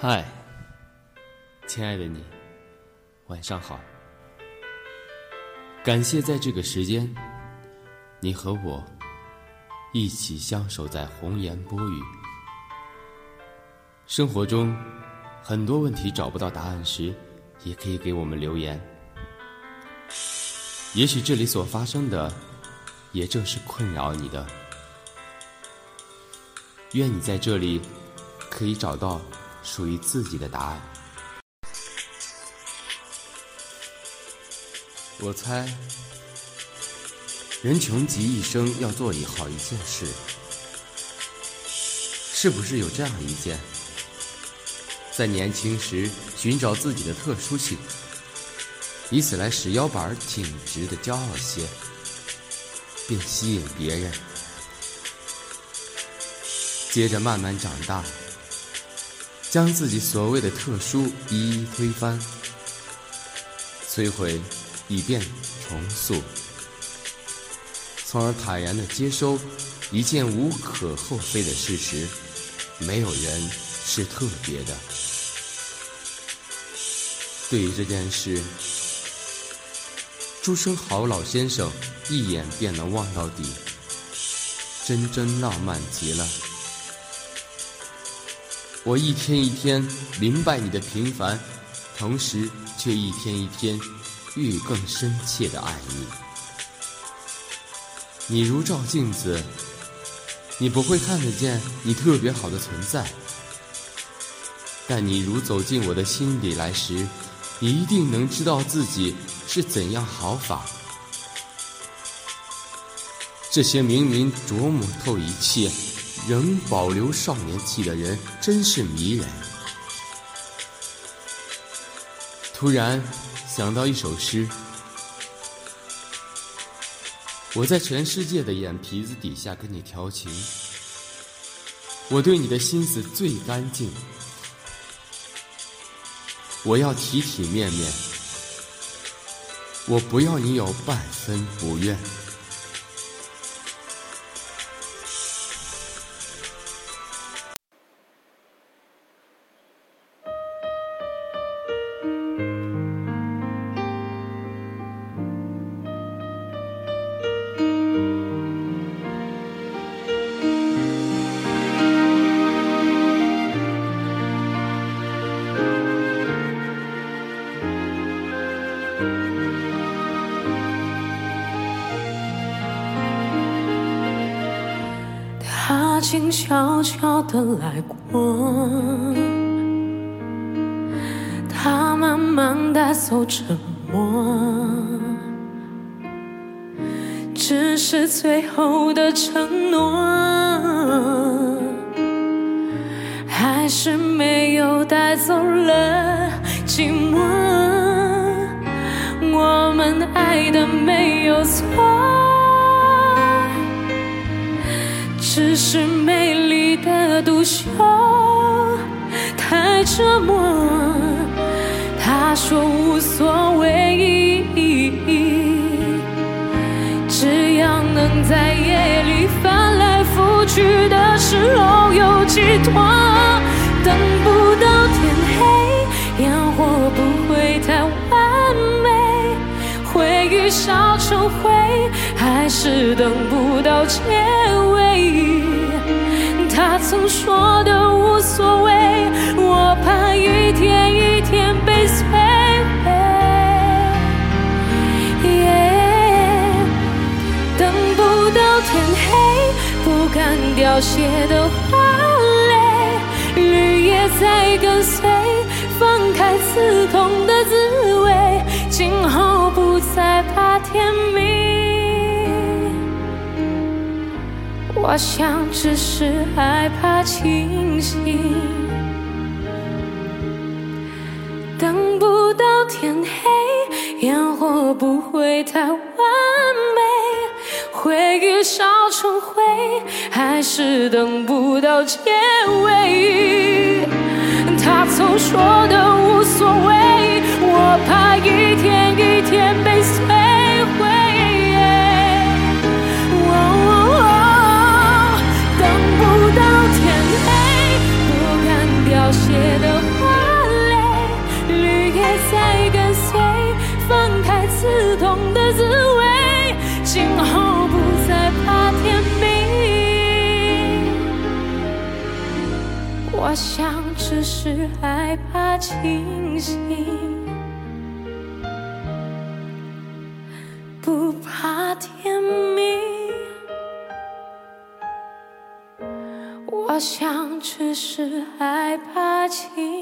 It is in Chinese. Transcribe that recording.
嗨，亲爱的你，晚上好。感谢在这个时间，你和我一起相守在红颜波语。生活中很多问题找不到答案时，也可以给我们留言。也许这里所发生的，也正是困扰你的。愿你在这里可以找到属于自己的答案。我猜，人穷极一生要做好一件事，是不是有这样一件？在年轻时寻找自己的特殊性，以此来使腰板挺直的骄傲些，并吸引别人。接着慢慢长大，将自己所谓的特殊一一推翻，摧毁，以便重塑，从而坦然地接收一件无可厚非的事实：没有人是特别的。对于这件事，朱生豪老先生一眼便能望到底，真浪漫极了。我一天一天明白你的平凡，同时却一天一天愈更深切的爱你。你如照镜子，你不会看得见你特别好的存在，但你如走进我的心里来时，你一定能知道自己是怎样好法。这些明明琢磨透一切，仍保留少年气的人真是迷人。突然想到一首诗：我在全世界的眼皮子底下跟你调情，我对你的心思最干净，我要体体面面，我不要你有半分不愿。 他静悄悄地来过，他慢慢带走沉默，只是最后的承诺，还是没有带走了寂寞。我们爱的没有错，只是美丽的独秀太折磨。他说无所谓，只要能在夜里翻来覆去的时候有寄托。等不到天黑，烟火不会太完美，回忆烧成灰，还是等不到结尾。他曾说的无所谓，我怕一天一天被摧毁。等不到天黑，不敢凋谢的花蕾，绿叶在跟随，放开刺痛的滋味，今后不再怕天明。我想只是害怕清醒，等不到天黑，烟火不会太完美，回忆烧成灰，还是等不到结尾。他曾说的无所谓，我怕一天一天被摧毁。等不到天黑，不敢凋谢的还在跟随，放开刺痛的滋味，今后不再怕天明。我想只是害怕清醒，不怕天明。我想只是害怕清醒。